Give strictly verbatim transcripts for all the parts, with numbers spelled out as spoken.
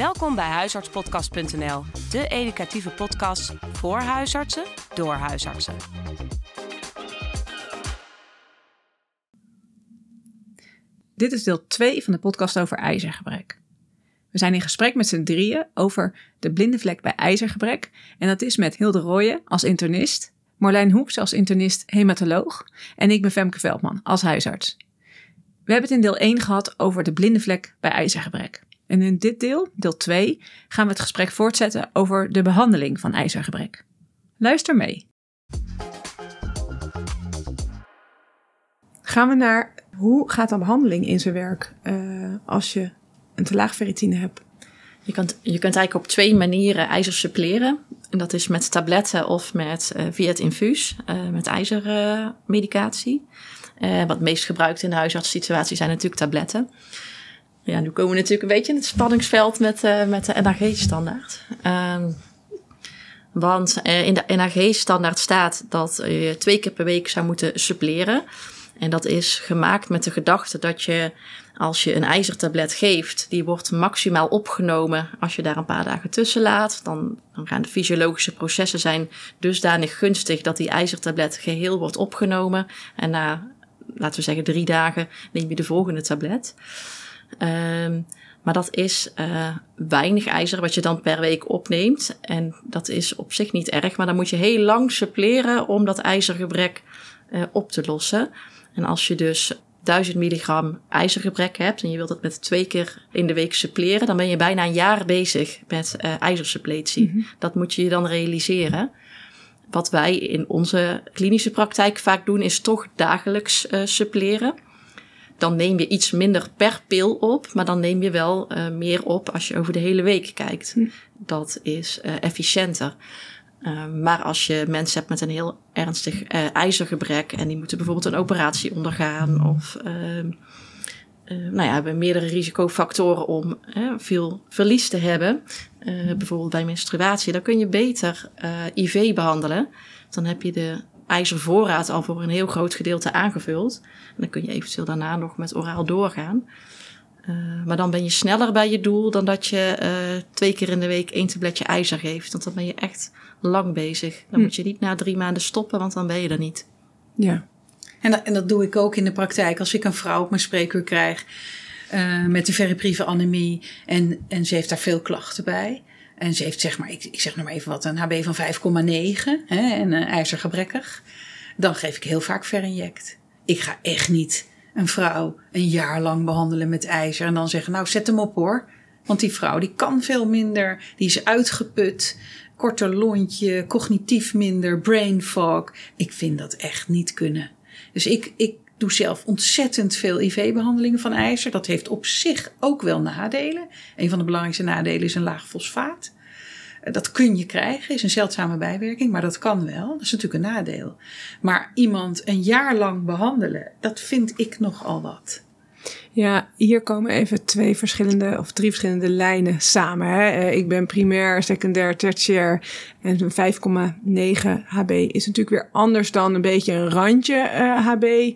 Welkom bij huisartspodcast punt n l, de educatieve podcast voor huisartsen door huisartsen. Dit is deel twee van de podcast over ijzergebrek. We zijn in gesprek met z'n drieën over de blinde vlek bij ijzergebrek. En dat is met Hilde Rooyen als internist, Marlijn Hoeks als internist hematoloog en ik ben Femke Veldman als huisarts. We hebben het in deel één gehad over de blinde vlek bij ijzergebrek. En in dit deel, deel twee, gaan we het gesprek voortzetten over de behandeling van ijzergebrek. Luister mee. Gaan we naar hoe gaat een behandeling in zijn werk uh, als je een te laag ferritine hebt? Je kunt, je kunt eigenlijk op twee manieren ijzer suppleren. En dat is met tabletten of met, uh, via het infuus, uh, met ijzermedicatie. Uh, wat het meest gebruikt in de huisartssituatie zijn natuurlijk tabletten. Ja, nu komen we natuurlijk een beetje in het spanningsveld met, uh, met de N H G-standaard. Uh, want uh, in de N H G-standaard staat dat je twee keer per week zou moeten suppleren. En dat is gemaakt met de gedachte dat je, als je een ijzertablet geeft, die wordt maximaal opgenomen als je daar een paar dagen tussen laat. Dan, dan gaan de fysiologische processen zijn dusdanig gunstig dat die ijzertablet geheel wordt opgenomen. En na, laten we zeggen, drie dagen neem je de volgende tablet. Um, maar dat is uh, weinig ijzer wat je dan per week opneemt. En dat is op zich niet erg, maar dan moet je heel lang suppleren om dat ijzergebrek uh, op te lossen. En als je dus duizend milligram ijzergebrek hebt en je wilt het met twee keer in de week suppleren, dan ben je bijna een jaar bezig met uh, ijzersuppletie. Mm-hmm. Dat moet je je dan realiseren. Wat wij in onze klinische praktijk vaak doen, is toch dagelijks uh, suppleren. Dan neem je iets minder per pil op, maar dan neem je wel uh, meer op als je over de hele week kijkt. Mm. Dat is uh, efficiënter. Uh, maar als je mensen hebt met een heel ernstig uh, ijzergebrek en die moeten bijvoorbeeld een operatie ondergaan of uh, uh, nou ja, hebben meerdere risicofactoren om uh, veel verlies te hebben, uh, bijvoorbeeld bij menstruatie, dan kun je beter uh, I V behandelen. Dan heb je de ijzervoorraad al voor een heel groot gedeelte aangevuld. En dan kun je eventueel daarna nog met oraal doorgaan. Uh, maar dan ben je sneller bij je doel dan dat je uh, twee keer in de week één tabletje ijzer geeft. Want dan ben je echt lang bezig. Dan hm. moet je niet na drie maanden stoppen, want dan ben je er niet. Ja, en dat, en dat doe ik ook in de praktijk. Als ik een vrouw op mijn spreekuur krijg uh, met een veriprieve anemie en, en ze heeft daar veel klachten bij. En ze heeft, zeg maar, ik, ik zeg nog maar even wat, een H B van vijf komma negen hè, en uh, ijzergebrekkig. Dan geef ik heel vaak verinject. Ik ga echt niet een vrouw een jaar lang behandelen met ijzer en dan zeggen, nou zet hem op hoor. Want die vrouw die kan veel minder, die is uitgeput, korter lontje, cognitief minder, brain fog. Ik vind dat echt niet kunnen. Dus ik, ik doe zelf ontzettend veel I V-behandelingen van ijzer. Dat heeft op zich ook wel nadelen. Een van de belangrijkste nadelen is een laag fosfaat. Dat kun je krijgen, is een zeldzame bijwerking, maar dat kan wel. Dat is natuurlijk een nadeel. Maar iemand een jaar lang behandelen, dat vind ik nogal wat. Ja, hier komen even twee verschillende of drie verschillende lijnen samen. Hè. Ik ben primair, secundair, tertiair en een vijf komma negen H B is natuurlijk weer anders dan een beetje een randje uh, H B. Uh,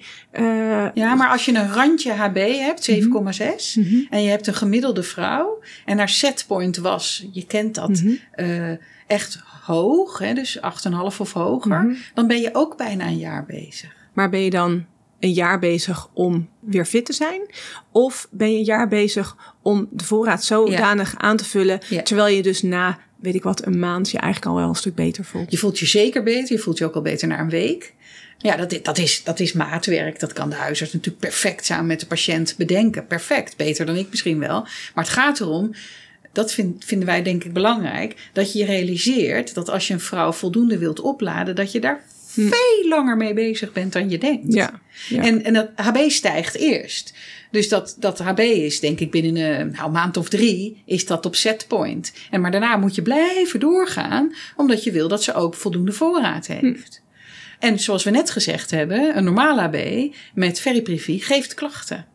ja, maar als je een randje H B hebt, zeven komma zes, mm-hmm. en je hebt een gemiddelde vrouw en haar setpoint was, je kent dat, mm-hmm. uh, echt hoog, hè, dus acht komma vijf of hoger, mm-hmm. dan ben je ook bijna een jaar bezig. Maar ben je dan een jaar bezig om weer fit te zijn? Of ben je een jaar bezig om de voorraad zodanig ja. aan te vullen, ja. terwijl je dus na, weet ik wat, een maand je eigenlijk al wel een stuk beter voelt? Je voelt je zeker beter, je voelt je ook al beter na een week. Ja, dat is, dat is, dat is maatwerk. Dat kan de huisarts natuurlijk perfect samen met de patiënt bedenken. Perfect, beter dan ik misschien wel. Maar het gaat erom, dat vind, vinden wij denk ik belangrijk, dat je je realiseert dat als je een vrouw voldoende wilt opladen, dat je daar Hm. veel langer mee bezig bent dan je denkt. Ja, ja. En, en dat H B stijgt eerst. Dus dat, dat H B is, denk ik, binnen een nou, maand of drie, is dat op setpoint. En maar daarna moet je blijven doorgaan, omdat je wil dat ze ook voldoende voorraad heeft. Hm. En zoals we net gezegd hebben, een normaal H B met veriprivie geeft klachten.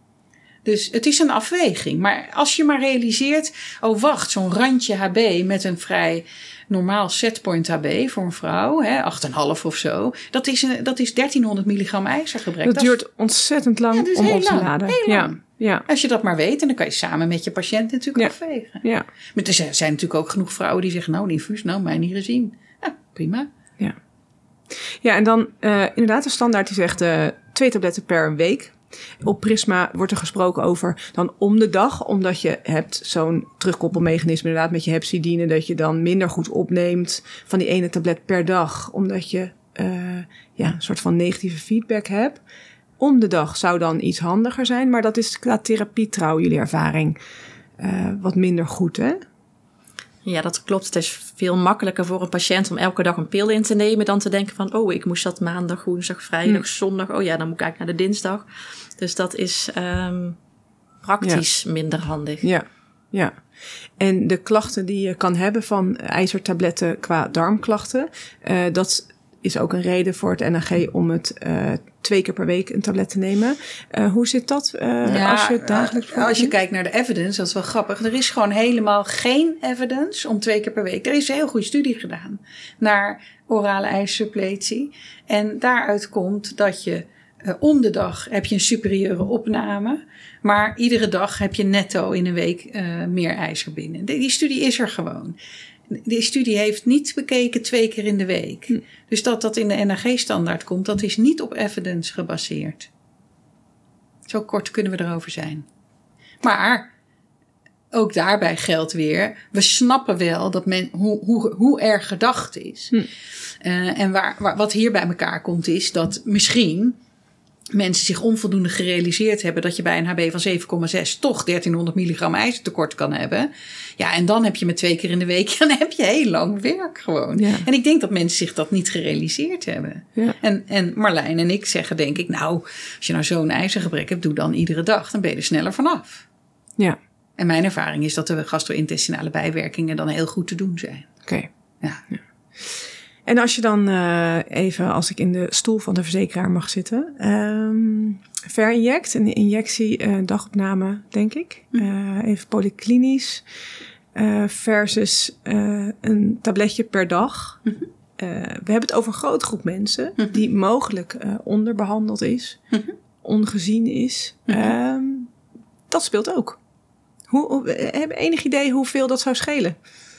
Dus het is een afweging. Maar als je maar realiseert, oh wacht, zo'n randje H B met een vrij normaal setpoint H B voor een vrouw, hè, acht komma vijf of zo, dat is, een, dat is dertienhonderd milligram ijzergebrek. Dat, dat duurt is, ontzettend lang ja, om op te lang, laden. Heel lang. Ja. Ja. Als je dat maar weet, en dan kan je samen met je patiënt natuurlijk Ja. afwegen. Ja. Maar er zijn zijn natuurlijk ook genoeg vrouwen die zeggen, nou, een infuus, nou, mij niet gezien. Ja, prima. Ja. Ja, en dan uh, inderdaad de standaard die zegt uh, twee tabletten per week. Op Prisma wordt er gesproken over dan om de dag. Omdat je hebt zo'n terugkoppelmechanisme inderdaad met je hepcidine. Dat je dan minder goed opneemt van die ene tablet per dag. Omdat je uh, ja, een soort van negatieve feedback hebt. Om de dag zou dan iets handiger zijn. Maar dat is qua therapie trouw jullie ervaring uh, wat minder goed, hè? Ja, dat klopt. Het is veel makkelijker voor een patiënt om elke dag een pil in te nemen dan te denken van, oh, ik moest dat maandag, woensdag, vrijdag, hmm. zondag. Oh ja, dan moet ik eigenlijk naar de dinsdag. Dus dat is um, praktisch ja. minder handig. Ja, ja. En de klachten die je kan hebben van ijzertabletten qua darmklachten, uh, dat is ook een reden voor het N A G om het uh, twee keer per week een tablet te nemen. Uh, hoe zit dat uh, ja, als je het dagelijks uh, Als je kijkt naar de evidence, dat is wel grappig. Er is gewoon helemaal geen evidence om twee keer per week. Er is een heel goede studie gedaan naar orale ijzersuppletie. En daaruit komt dat je uh, om de dag heb je een superieure opname. Maar iedere dag heb je netto in een week uh, meer ijzer binnen. Die, die studie is er gewoon. Die studie heeft niet bekeken twee keer in de week. Hm. Dus dat dat in de N A G-standaard komt, dat is niet op evidence gebaseerd. Zo kort kunnen we erover zijn. Maar ook daarbij geldt weer, we snappen wel dat men, hoe, hoe, hoe er gedacht is. Hm. Uh, en waar, waar, wat hier bij elkaar komt is dat misschien mensen zich onvoldoende gerealiseerd hebben dat je bij een H B van zeven komma zes toch dertienhonderd milligram ijzertekort kan hebben. Ja, en dan heb je met twee keer in de week, dan heb je heel lang werk gewoon. Ja. En ik denk dat mensen zich dat niet gerealiseerd hebben. Ja. En, en Marlijn en ik zeggen denk ik, nou, als je nou zo'n ijzergebrek hebt, doe dan iedere dag. Dan ben je er sneller vanaf. Ja. En mijn ervaring is dat de gastro-intestinale bijwerkingen dan heel goed te doen zijn. Oké. Okay. Ja. Ja. En als je dan uh, even, als ik in de stoel van de verzekeraar mag zitten, um, verinject, een injectie, uh, dagopname, denk ik. Uh, even polyklinisch uh, versus uh, een tabletje per dag. Uh, we hebben het over een grote groep mensen die mogelijk uh, onderbehandeld is, ongezien is. Um, dat speelt ook. Hoe, hoe, heb je enig idee hoeveel dat zou schelen?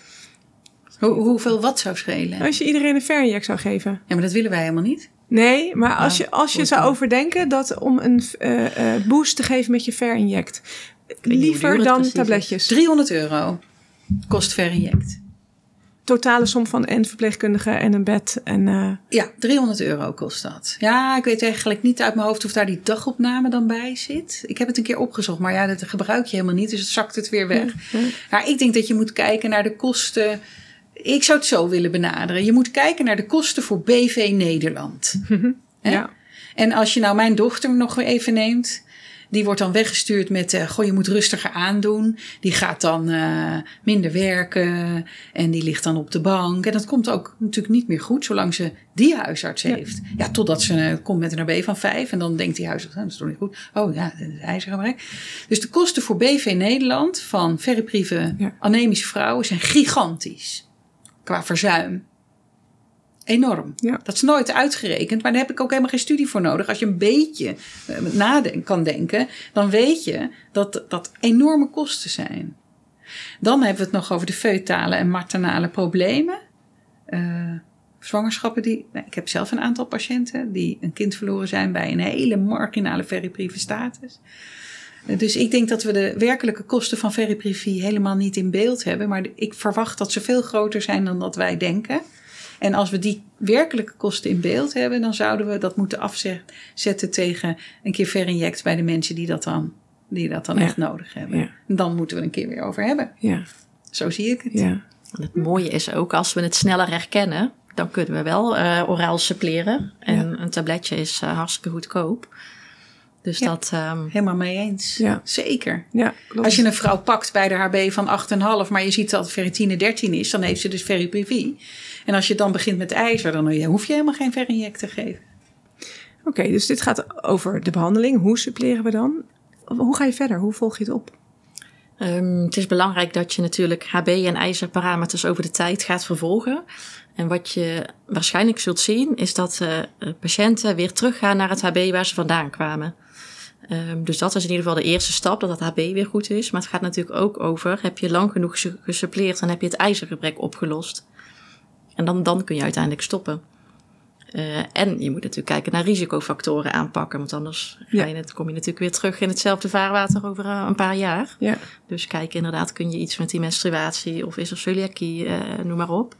Hoe, hoeveel wat zou schelen? Als je iedereen een verinject zou geven. Ja, maar dat willen wij helemaal niet. Nee, maar als je, als je zou overdenken dat om een uh, uh, boost te geven met je verinject. Liever dan tabletjes. driehonderd euro kost verinject. Totale som van en verpleegkundige en een bed. En, uh... Ja, driehonderd euro kost dat. Ja, ik weet eigenlijk niet uit mijn hoofd of daar die dagopname dan bij zit. Ik heb het een keer opgezocht, maar ja, dat gebruik je helemaal niet. Dus het zakt het weer weg. Ja, ja. Maar ik denk dat je moet kijken naar de kosten. Ik zou het zo willen benaderen. Je moet kijken naar de kosten voor B V Nederland. Mm-hmm. Ja. En als je nou mijn dochter nog even neemt. Die wordt dan weggestuurd met, uh, goh, je moet rustiger aandoen. Die gaat dan uh, minder werken. En die ligt dan op de bank. En dat komt ook natuurlijk niet meer goed, zolang ze die huisarts ja. heeft. Ja, totdat ze uh, komt met een R B van vijf. En dan denkt die huisarts, oh, dat is toch niet goed. Oh ja, dat is ijzergebrek. Dus de kosten voor B V Nederland van verreprieve ja. anemische vrouwen zijn gigantisch. Qua verzuim. Enorm. Ja. Dat is nooit uitgerekend, maar daar heb ik ook helemaal geen studie voor nodig. Als je een beetje nadenken, kan denken, dan weet je dat dat enorme kosten zijn. Dan hebben we het nog over de feutale en maternale problemen. Uh, zwangerschappen die... Nou, ik heb zelf een aantal patiënten die een kind verloren zijn bij een hele marginale verreprieve status. Dus ik denk dat we de werkelijke kosten van verreprivie helemaal niet in beeld hebben. Maar ik verwacht dat ze veel groter zijn dan dat wij denken. En als we die werkelijke kosten in beeld hebben, dan zouden we dat moeten afzetten tegen een keer verinject bij de mensen die dat dan, die dat dan ja. echt nodig hebben. Ja. En dan moeten we een keer weer over hebben. Ja. Zo zie ik het. Ja. En het mooie is ook, als we het sneller herkennen, dan kunnen we wel uh, oraal suppleren. En ja. een tabletje is uh, hartstikke goedkoop. Dus ja, dat... Um... helemaal mee eens. Ja. Zeker. Ja, als je een vrouw pakt bij de H B van acht komma vijf, maar je ziet dat ferritine dertien is, dan heeft ze dus verreprivie. En als je dan begint met ijzer, dan hoef je helemaal geen verinject te geven. Oké, okay, dus dit gaat over de behandeling. Hoe suppleren we dan? Hoe ga je verder? Hoe volg je het op? Um, het is belangrijk dat je natuurlijk H B en ijzerparameters over de tijd gaat vervolgen. En wat je waarschijnlijk zult zien, is dat uh, patiënten weer teruggaan naar het H B waar ze vandaan kwamen. Um, dus dat is in ieder geval de eerste stap, dat dat H B weer goed is. Maar het gaat natuurlijk ook over, heb je lang genoeg gesuppleerd, dan heb je het ijzergebrek opgelost. En dan, dan kun je uiteindelijk stoppen. Uh, en je moet natuurlijk kijken naar risicofactoren aanpakken. Want anders ga je net, kom je natuurlijk weer terug in hetzelfde vaarwater over uh, een paar jaar. Ja. Dus kijk inderdaad, kun je iets met die menstruatie of is er celiakie, uh, noem maar op.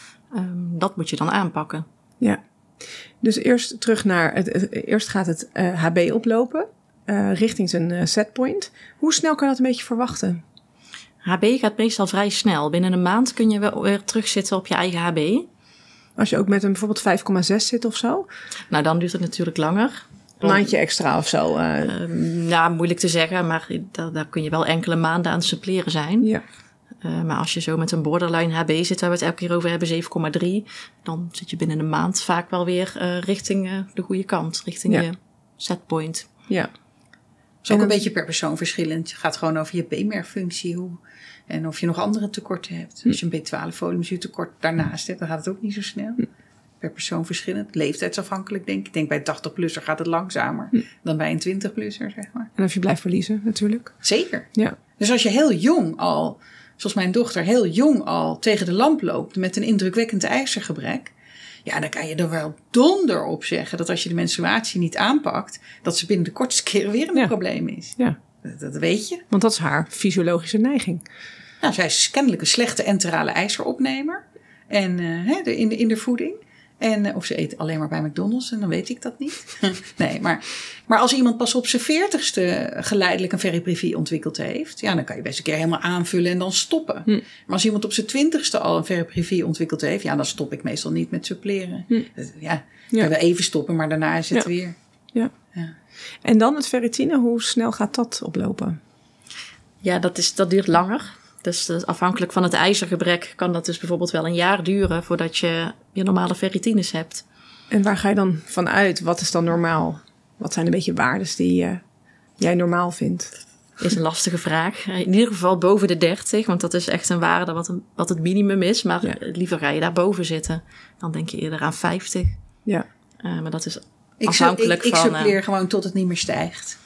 Um, dat moet je dan aanpakken. Ja, dus eerst terug naar, het, het, eerst gaat het uh, H B oplopen uh, richting zijn uh, setpoint. Hoe snel kan je dat een beetje verwachten? H B gaat meestal vrij snel. Binnen een maand kun je wel weer terugzitten op je eigen H B. Als je ook met een bijvoorbeeld vijf komma zes zit of zo? Nou, dan duurt het natuurlijk langer. Een maandje extra of zo? Uh... Uh, nou, moeilijk te zeggen, maar daar, daar kun je wel enkele maanden aan het suppleren zijn. Ja. Uh, maar als je zo met een borderline H B zit, waar we het elke keer over hebben, zeven komma drie... dan zit je binnen een maand vaak wel weer uh, richting uh, de goede kant. Richting ja. je setpoint. Ja. Dat is ook en, een beetje per persoon verschillend. Het gaat gewoon over je B-merkfunctie. Hoe, en of je nog andere tekorten hebt. Hm. Als je een B twaalf foliumzuurtekort daarnaast hebt, dan gaat het ook niet zo snel. Hm. Per persoon verschillend. Leeftijdsafhankelijk denk ik. Ik denk bij een tachtig-plusser gaat het langzamer hm. dan bij een twintig-plusser, zeg maar. En als je blijft verliezen, natuurlijk. Zeker. Ja. Dus als je heel jong al, zoals mijn dochter, heel jong al tegen de lamp loopt met een indrukwekkend ijzergebrek, ja, dan kan je er wel donder op zeggen dat als je de menstruatie niet aanpakt, dat ze binnen de kortste keren weer een ja. probleem is. Ja. Dat, dat weet je. Want dat is haar fysiologische neiging. Nou, zij is kennelijk een slechte enterale ijzeropnemer en, uh, hè, de, in, de, in de voeding. En, of ze eet alleen maar bij McDonald's en dan weet ik dat niet. Nee, maar, maar als iemand pas op zijn veertigste geleidelijk een veriprivie ontwikkeld heeft, ja, dan kan je best een keer helemaal aanvullen en dan stoppen. Hm. Maar als iemand op zijn twintigste al een veriprivie ontwikkeld heeft, ja, dan stop ik meestal niet met suppleren. Hm. Ja, ik kan wel even stoppen, maar daarna is het ja. weer. Ja. Ja. En dan het ferritine, hoe snel gaat dat oplopen? Ja, dat, is, dat duurt langer. Dus, dus afhankelijk van het ijzergebrek kan dat dus bijvoorbeeld wel een jaar duren voordat je je normale ferritines hebt. En waar ga je dan van uit? Wat is dan normaal? Wat zijn een beetje waardes die uh, jij normaal vindt? Is een lastige vraag. In ieder geval boven de dertig, want dat is echt een waarde wat, een, wat het minimum is. Maar ja. liever ga je daar boven zitten. Dan denk je eerder aan vijftig. Ja. Uh, maar dat is ik afhankelijk ik, ik van... Ik suppleer uh, gewoon tot het niet meer stijgt.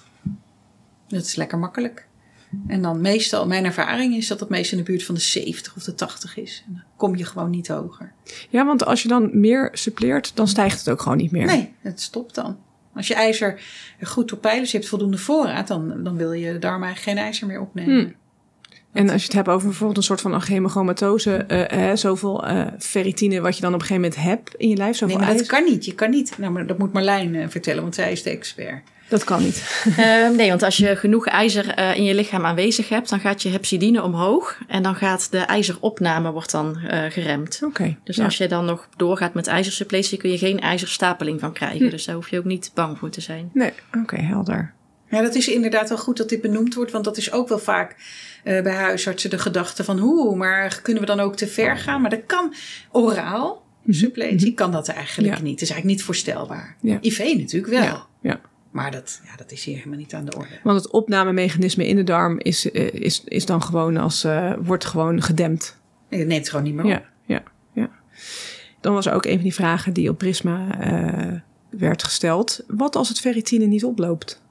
Dat is lekker makkelijk. En dan meestal, mijn ervaring is dat het meestal in de buurt van de zeventig of de tachtig is. En dan kom je gewoon niet hoger. Ja, want als je dan meer suppleert, dan stijgt het ook gewoon niet meer. Nee, het stopt dan. Als je ijzer goed op peil is, je hebt voldoende voorraad, dan, dan wil je darm eigenlijk geen ijzer meer opnemen. Hmm. En als je het hebt over bijvoorbeeld een soort van hemochromatoze, uh, uh, zoveel uh, ferritine wat je dan op een gegeven moment hebt in je lijf. Zoveel nee, maar ijzer. dat kan niet. Je kan niet. Nou, maar dat moet Marlijn uh, vertellen, want zij is de expert. Dat kan niet. uh, nee, want als je genoeg ijzer uh, in je lichaam aanwezig hebt, dan gaat je hepsidine omhoog. En dan gaat de ijzeropname wordt dan uh, geremd. Okay, dus ja. als je dan nog doorgaat met ijzersuppletie, kun je geen ijzerstapeling van krijgen. Hm. Dus daar hoef je ook niet bang voor te zijn. Nee, oké, okay, helder. Ja, dat is inderdaad wel goed dat dit benoemd wordt. Want dat is ook wel vaak uh, bij huisartsen de gedachte van hoe, maar kunnen we dan ook te ver gaan? Maar dat kan oraal, suppletie, mm-hmm. kan dat eigenlijk ja. niet. Het is eigenlijk niet voorstelbaar. Ja. I V natuurlijk wel. Ja. Ja. Maar dat, ja, dat is hier helemaal niet aan de orde. Want het opnamemechanisme in de darm is, uh, is, is dan gewoon als, uh, wordt gewoon gedempt. Nee, het neemt gewoon niet meer op. Ja, ja, ja. Dan was er ook een van die vragen die op Prisma uh, werd gesteld. Wat als het ferritine niet oploopt?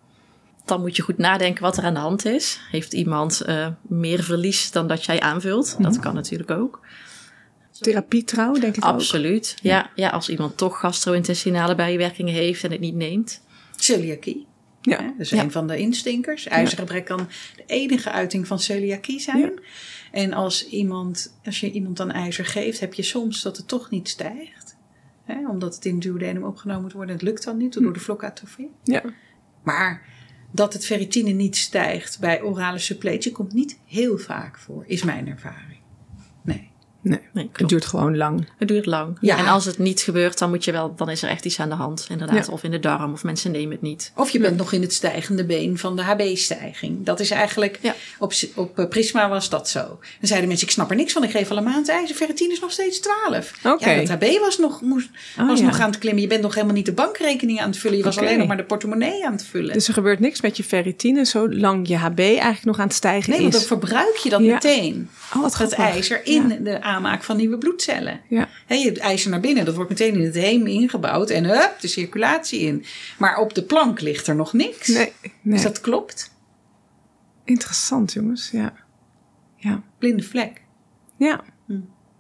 Dan moet je goed nadenken wat er aan de hand is. Heeft iemand uh, meer verlies dan dat jij aanvult? Mm-hmm. Dat kan natuurlijk ook. Therapie trouw, denk ik Absoluut. ook. Ja, ja, als iemand toch gastro-intestinale bijwerkingen heeft en het niet neemt. Celiakie. Ja. Ja, dat is ja. een van de instinkers. IJzergebrek kan de enige uiting van celiakie zijn. Ja. En als, iemand, als je iemand dan ijzer geeft, heb je soms dat het toch niet stijgt. Hè, omdat het in het duodenum opgenomen moet worden. Het lukt dan niet door de vlokatrofie. Ja. Maar dat het ferritine niet stijgt bij orale suppletie komt niet heel vaak voor, is mijn ervaring. Nee. Nee, nee het duurt gewoon lang. Het duurt lang. Ja. En als het niet gebeurt, dan moet je wel, dan is er echt iets aan de hand. Inderdaad, ja. Of in de darm, of mensen nemen het niet. Of je bent ja. nog in het stijgende been van de H B-stijging. Dat is eigenlijk, ja. op, op Prisma was dat zo. Dan zeiden mensen, ik snap er niks van, ik geef al een maand ijzer. Ferritine is nog steeds twaalf. Okay. Ja, het H B was, nog, moest, oh, was ja. nog aan het klimmen. Je bent nog helemaal niet de bankrekening aan het vullen. Je was okay. alleen nog maar de portemonnee aan het vullen. Dus er gebeurt niks met je ferritine, zolang je H B eigenlijk nog aan het stijgen nee, is. Nee, want dan verbruik je dat ja. meteen. Oh, wat dat ijzer in ja. de aanmaak van nieuwe bloedcellen. Ja. He, je hebt ijzer naar binnen, dat wordt meteen in het heem ingebouwd en hup, de circulatie in. Maar op de plank ligt er nog niks. Nee, nee. Dus dat klopt. Interessant, jongens. Ja. Ja. Blinde vlek. Ja. Hm.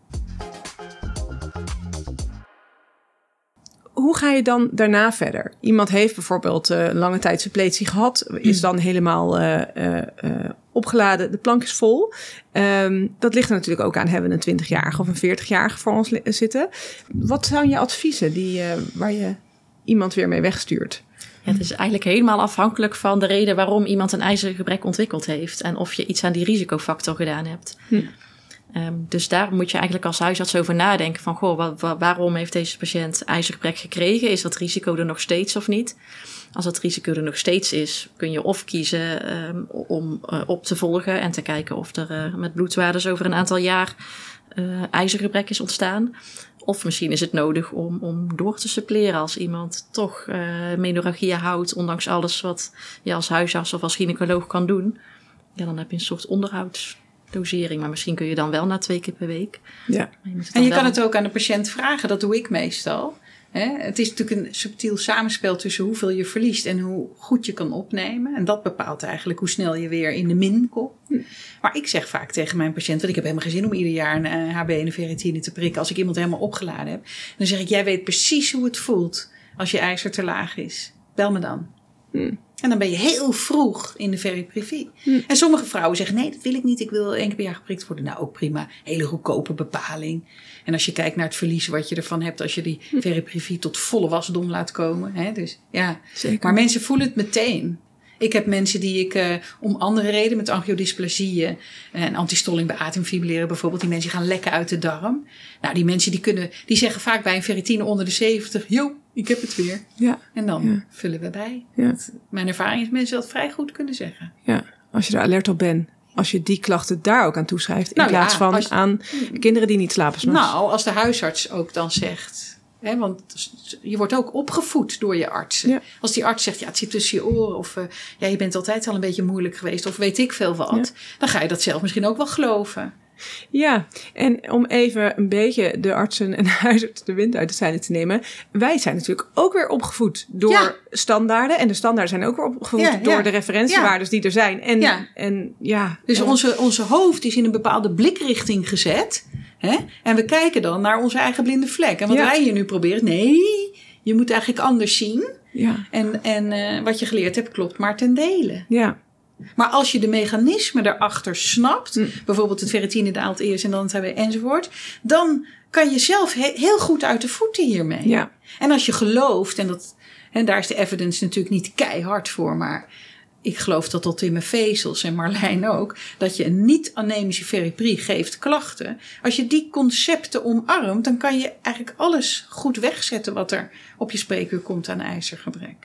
Hoe ga je dan daarna verder? Iemand heeft bijvoorbeeld uh, lange tijd suppletie gehad, is dan helemaal uh, uh, uh, opgeladen, de plank is vol. Um, dat ligt er natuurlijk ook aan, hebben we een twintigjarige of een veertigjarige voor ons li- zitten. Wat zijn je adviezen die, uh, waar je iemand weer mee wegstuurt? Ja, het is eigenlijk helemaal afhankelijk van de reden waarom iemand een ijzergebrek ontwikkeld heeft. En of je iets aan die risicofactor gedaan hebt. Hm. Um, dus daar moet je eigenlijk als huisarts over nadenken van, goh, wa- wa- waarom heeft deze patiënt ijzergebrek gekregen? Is dat risico er nog steeds of niet? Als het risico er nog steeds is, kun je of kiezen um, om uh, op te volgen en te kijken of er uh, met bloedwaardes over een aantal jaar uh, ijzergebrek is ontstaan. Of misschien is het nodig om, om door te suppleren als iemand toch uh, menorrhagie houdt, ondanks alles wat je als huisarts of als gynaecoloog kan doen. Ja, dan heb je een soort onderhoudsdosering, maar misschien kun je dan wel na twee keer per week. Ja. Je moet het En je wel... kan het ook aan de patiënt vragen, dat doe ik meestal. He, het is natuurlijk een subtiel samenspel tussen hoeveel je verliest en hoe goed je kan opnemen. En dat bepaalt eigenlijk hoe snel je weer in de min komt. Hm. Maar ik zeg vaak tegen mijn patiënt, want ik heb helemaal geen zin om ieder jaar een uh, H B en een ferritine te prikken als ik iemand helemaal opgeladen heb. Dan zeg ik, jij weet precies hoe het voelt als je ijzer te laag is. Bel me dan. Hm. En dan ben je heel vroeg in de veriprivie. Hm. En sommige vrouwen zeggen, nee, dat wil ik niet. Ik wil één keer per jaar geprikt worden. Nou, ook prima. Hele goedkope bepaling. En als je kijkt naar het verlies wat je ervan hebt als je die hm. veriprivie tot volle wasdom laat komen. Hè? Dus, ja. Zeker. Maar mensen voelen het meteen. Ik heb mensen die ik uh, om andere redenen met angiodisplasieën en antistolling bij ademfibrilleren bijvoorbeeld, die mensen gaan lekken uit de darm. Nou, die mensen die kunnen, die zeggen vaak bij een ferritine onder de zeventig, yo, ik heb het weer. Ja. En dan ja. vullen we bij. Ja. Mijn ervaring is dat mensen dat vrij goed kunnen zeggen. Ja, als je er alert op bent. Als je die klachten daar ook aan toeschrijft. In nou plaats ja, van als, aan kinderen die niet slapen 's nachts. Nou, als de huisarts ook dan zegt. Hè, want je wordt ook opgevoed door je artsen. Ja. Als die arts zegt, ja, het zit tussen je oren. Of uh, ja, je bent altijd al een beetje moeilijk geweest. Of weet ik veel wat. Ja. Dan ga je dat zelf misschien ook wel geloven. Ja, en om even een beetje de artsen en de huisartsen de wind uit de zeilen te nemen. Wij zijn natuurlijk ook weer opgevoed door ja. standaarden. En de standaarden zijn ook weer opgevoed ja, door ja. de referentiewaardes ja. die er zijn. En ja, en, ja dus en onze, onze hoofd is in een bepaalde blikrichting gezet. Hè? En we kijken dan naar onze eigen blinde vlek. En wat ja. wij hier nu proberen, nee, je moet eigenlijk anders zien. Ja. En, en uh, wat je geleerd hebt klopt maar ten dele. Ja. Maar als je de mechanismen daarachter snapt, mm. bijvoorbeeld het ferritine daalt eerst en dan het H B enzovoort, dan kan je zelf he- heel goed uit de voeten hiermee. Ja. En als je gelooft, en, dat, en daar is de evidence natuurlijk niet keihard voor, maar ik geloof dat tot in mijn vezels en Marlijn ook, dat je een niet-anemische ferriprie geeft klachten. Als je die concepten omarmt, dan kan je eigenlijk alles goed wegzetten wat er op je spreekuur komt aan ijzergebrek.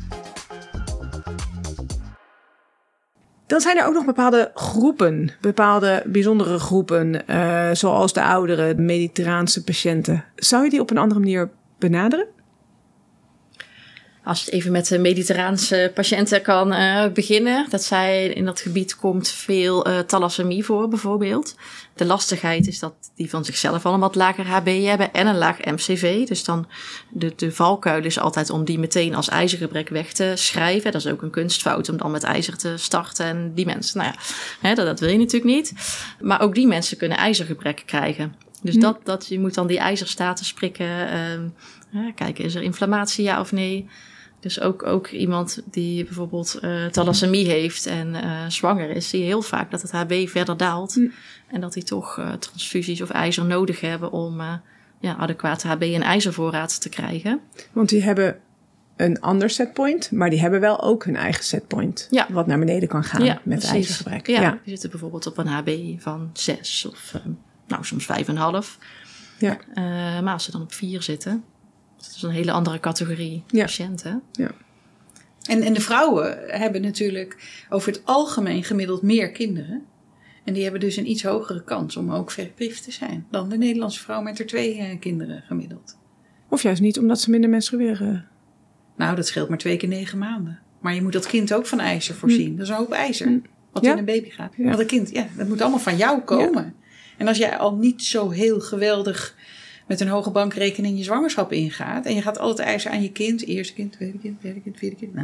Dan zijn er ook nog bepaalde groepen, bepaalde bijzondere groepen, uh, zoals de ouderen, de mediterraanse patiënten. Zou je die op een andere manier benaderen? Als je even met de mediterraanse patiënten kan uh, beginnen. Dat zij in dat gebied komt veel uh, thalassemie voor bijvoorbeeld. De lastigheid is dat die van zichzelf al een wat lager H B hebben en een laag M C V. Dus dan de, de valkuil is altijd om die meteen als ijzergebrek weg te schrijven. Dat is ook een kunstfout om dan met ijzer te starten. En die mensen, nou ja, hè, dat, dat wil je natuurlijk niet. Maar ook die mensen kunnen ijzergebrek krijgen. Dus hm. dat, dat, je moet dan die ijzerstatus prikken. Uh, kijken, is er inflammatie, ja of nee? Dus ook, ook iemand die bijvoorbeeld uh, thalassemie heeft en uh, zwanger is, zie je heel vaak dat het H B verder daalt. Mm. En dat die toch uh, transfusies of ijzer nodig hebben om uh, ja, adequate H B en ijzervoorraad te krijgen. Want die hebben een ander setpoint, maar die hebben wel ook hun eigen setpoint. Ja. Wat naar beneden kan gaan ja, met precies. ijzergebrek. Ja, ja, die zitten bijvoorbeeld op een H B van zes of uh, nou, soms vijf komma vijf. Ja. Uh, maar als ze dan op vier zitten, dat is een hele andere categorie ja. patiënten. Ja. En, en de vrouwen hebben natuurlijk over het algemeen gemiddeld meer kinderen. En die hebben dus een iets hogere kans om ook verpriefd te zijn dan de Nederlandse vrouw met er twee uh, kinderen gemiddeld. Of juist niet, omdat ze minder menstrueren. Nou, dat scheelt maar twee keer negen maanden. Maar je moet dat kind ook van ijzer voorzien. Hm. Dat is een hoop ijzer, wat ja? in een baby gaat. Ja. Want dat kind, ja, dat moet allemaal van jou komen. Ja. En als jij al niet zo heel geweldig met een hoge bankrekening je zwangerschap ingaat. En je gaat al het ijzer aan je kind. Eerste kind, tweede kind, derde kind, vierde kind. Nou,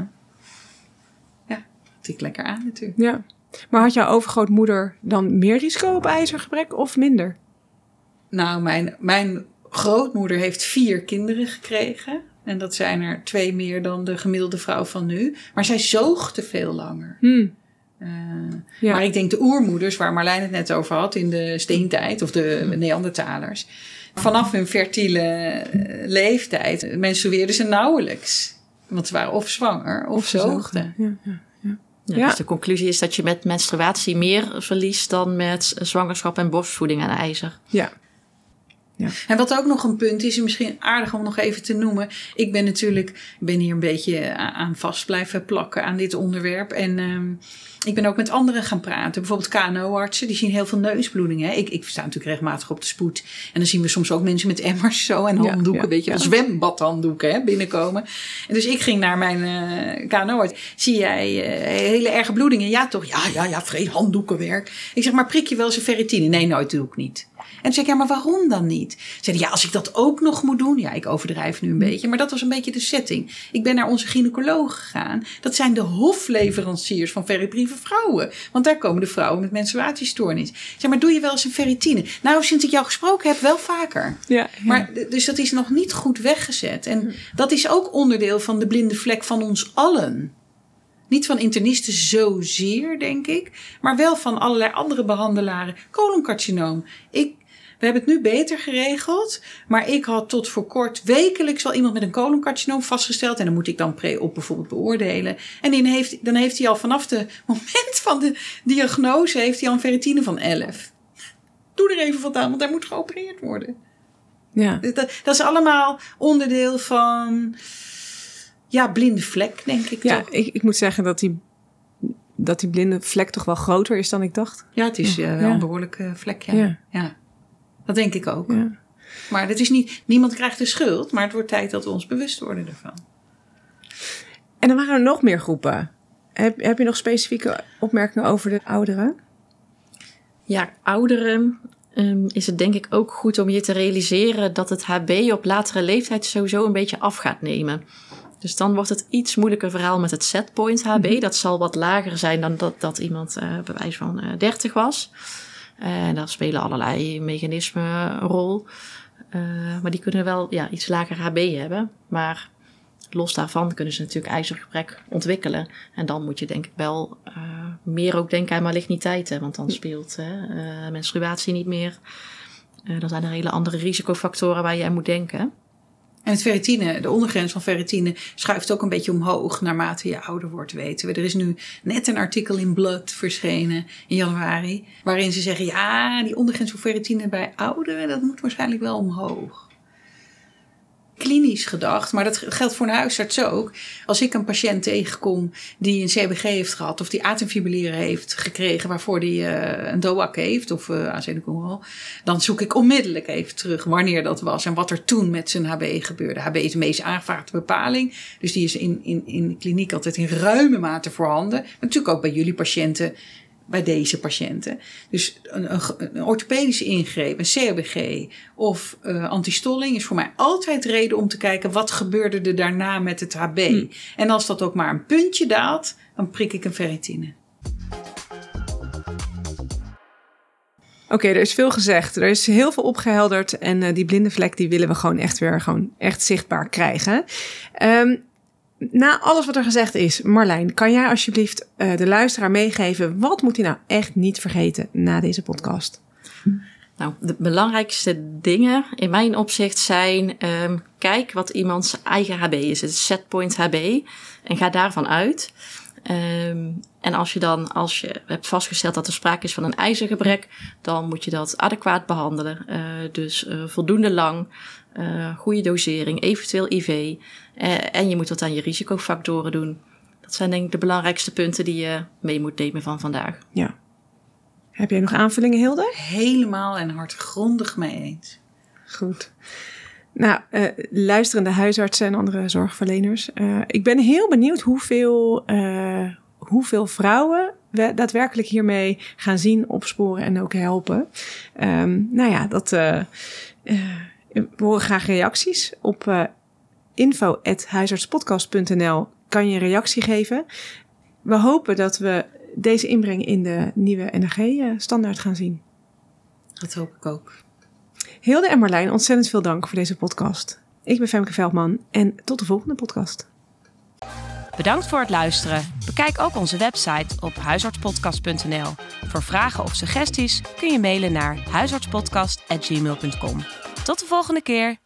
ja, tik lekker aan natuurlijk. Ja. Maar had jouw overgrootmoeder dan meer risico op ijzergebrek of minder? Nou, mijn, mijn grootmoeder heeft vier kinderen gekregen. En dat zijn er twee meer dan de gemiddelde vrouw van nu. Maar zij zoogde veel langer. Hmm. Uh, Ja. Maar ik denk de oermoeders, waar Marlijn het net over had, in de steentijd, of de Neandertalers. Vanaf hun fertiele leeftijd menstrueerden ze nauwelijks. Want ze waren of zwanger of, of zoogden. Ja, ja, ja. Ja, Ja. Dus de conclusie is dat je met menstruatie meer verliest dan met zwangerschap en borstvoeding aan ijzer. Ja. Ja. En wat ook nog een punt is, misschien aardig om nog even te noemen. Ik ben natuurlijk, ik ben hier een beetje aan vast blijven plakken aan dit onderwerp. En um, ik ben ook met anderen gaan praten. Bijvoorbeeld K N O-artsen, die zien heel veel neusbloedingen. Ik, ik sta natuurlijk regelmatig op de spoed. En dan zien we soms ook mensen met emmers zo en handdoeken, ja, ja, weet je, ja. zwembadhanddoeken hè, binnenkomen. En dus ik ging naar mijn uh, K N O-arts. Zie jij uh, hele erge bloedingen? Ja toch? Ja, ja, ja, vrees handdoekenwerk. Ik zeg, maar prik je wel eens een ferritine? Nee, nooit doe ik niet. En toen zei ik, ja, maar waarom dan niet? Zeiden, ja, als ik dat ook nog moet doen. Ja, ik overdrijf nu een beetje. Maar dat was een beetje de setting. Ik ben naar onze gynaecoloog gegaan. Dat zijn de hofleveranciers van ferriprieve vrouwen. Want daar komen de vrouwen met menstruatiestoornis. Ik zeg, maar doe je wel eens een ferritine? Nou, sinds ik jou gesproken heb, wel vaker. Ja, ja. Maar, dus dat is nog niet goed weggezet. En dat is ook onderdeel van de blinde vlek van ons allen. Niet van internisten zozeer, denk ik. Maar wel van allerlei andere behandelaren. Coloncarcinoom. Ik... We hebben het nu beter geregeld. Maar ik had tot voor kort wekelijks wel iemand met een coloncarcinoom vastgesteld. En dan moet ik dan pre-op bijvoorbeeld beoordelen. En die heeft, dan heeft hij al vanaf het moment van de diagnose heeft hij al een ferritine van elf. Doe er even wat aan, want hij moet geopereerd worden. Ja. Dat, dat is allemaal onderdeel van... Ja, blinde vlek, denk ik Ja, toch. ik, ik moet zeggen dat die, dat die blinde vlek toch wel groter is dan ik dacht. Ja, het is uh, wel ja. een behoorlijke vlek, ja. Ja. ja. Dat denk ik ook. Ja. Maar het is niet, niemand krijgt de schuld, maar het wordt tijd dat we ons bewust worden ervan. En dan waren er nog meer groepen. Heb, heb je nog specifieke opmerkingen over de ouderen? Ja, ouderen um, is het denk ik ook goed om je te realiseren dat het H B op latere leeftijd sowieso een beetje af gaat nemen. Dus dan wordt het iets moeilijker verhaal met het setpoint H B. Mm-hmm. Dat zal wat lager zijn dan dat, dat iemand uh, bij wijze van uh, dertig was. En uh, daar spelen allerlei mechanismen een rol. Uh, maar die kunnen wel ja, iets lager H B hebben. Maar los daarvan kunnen ze natuurlijk ijzergebrek ontwikkelen. En dan moet je denk ik wel uh, meer ook denken aan maligniteiten. Want dan speelt uh, uh, menstruatie niet meer. Uh, dan zijn er hele andere risicofactoren waar je aan moet denken. En het ferritine, de ondergrens van ferritine, schuift ook een beetje omhoog naarmate je ouder wordt, weten we. Er is nu net een artikel in Blood verschenen in januari, waarin ze zeggen, ja, die ondergrens van ferritine bij ouderen, dat moet waarschijnlijk wel omhoog. Klinisch gedacht, maar dat geldt voor een huisarts ook. Als ik een patiënt tegenkom die een C B G heeft gehad of die atemfibrilleren heeft gekregen waarvoor die uh, een D O A C heeft of uh, acetylcholesterol, dan zoek ik onmiddellijk even terug wanneer dat was en wat er toen met zijn H B gebeurde. H B is de meest aangevraagde bepaling, dus die is in, in, in de kliniek altijd in ruime mate voorhanden. Maar natuurlijk ook bij jullie patiënten. Bij deze patiënten. Dus een, een, een orthopedische ingreep, een C R B G of uh, antistolling is voor mij altijd reden om te kijken wat gebeurde er daarna met het H B. Hmm. En als dat ook maar een puntje daalt, dan prik ik een ferritine. Oké, okay, er is veel gezegd. Er is heel veel opgehelderd. En uh, die blinde vlek die willen we gewoon echt weer gewoon echt zichtbaar krijgen. Um, Na alles wat er gezegd is, Marlijn, kan jij alsjeblieft uh, de luisteraar meegeven, wat moet hij nou echt niet vergeten na deze podcast? Nou, de belangrijkste dingen in mijn opzicht zijn, um, kijk wat iemands eigen H B is. Het is setpoint H B en ga daarvan uit. Um, en als je dan, als je hebt vastgesteld dat er sprake is van een ijzergebrek, dan moet je dat adequaat behandelen. Uh, dus uh, voldoende lang, uh, goede dosering, eventueel I V. Uh, en je moet wat aan je risicofactoren doen. Dat zijn denk ik de belangrijkste punten die je mee moet nemen van vandaag. Ja. Heb jij nog aanvullingen, Hilde? Helemaal en hardgrondig mee eens. Goed. Nou, uh, luisterende huisartsen en andere zorgverleners. Uh, ik ben heel benieuwd hoeveel, uh, hoeveel vrouwen we daadwerkelijk hiermee gaan zien, opsporen en ook helpen. Um, nou ja, dat, uh, uh, we horen graag reacties. Op uh, info at huisartspodcast punt n l kan je een reactie geven. We hopen dat we deze inbreng in de nieuwe N H G-standaard gaan zien. Dat hoop ik ook. Hilde en Marlijn, ontzettend veel dank voor deze podcast. Ik ben Femke Veldman en tot de volgende podcast. Bedankt voor het luisteren. Bekijk ook onze website op huisartspodcast punt n l. Voor vragen of suggesties kun je mailen naar huisartspodcast at gmail punt com. Tot de volgende keer.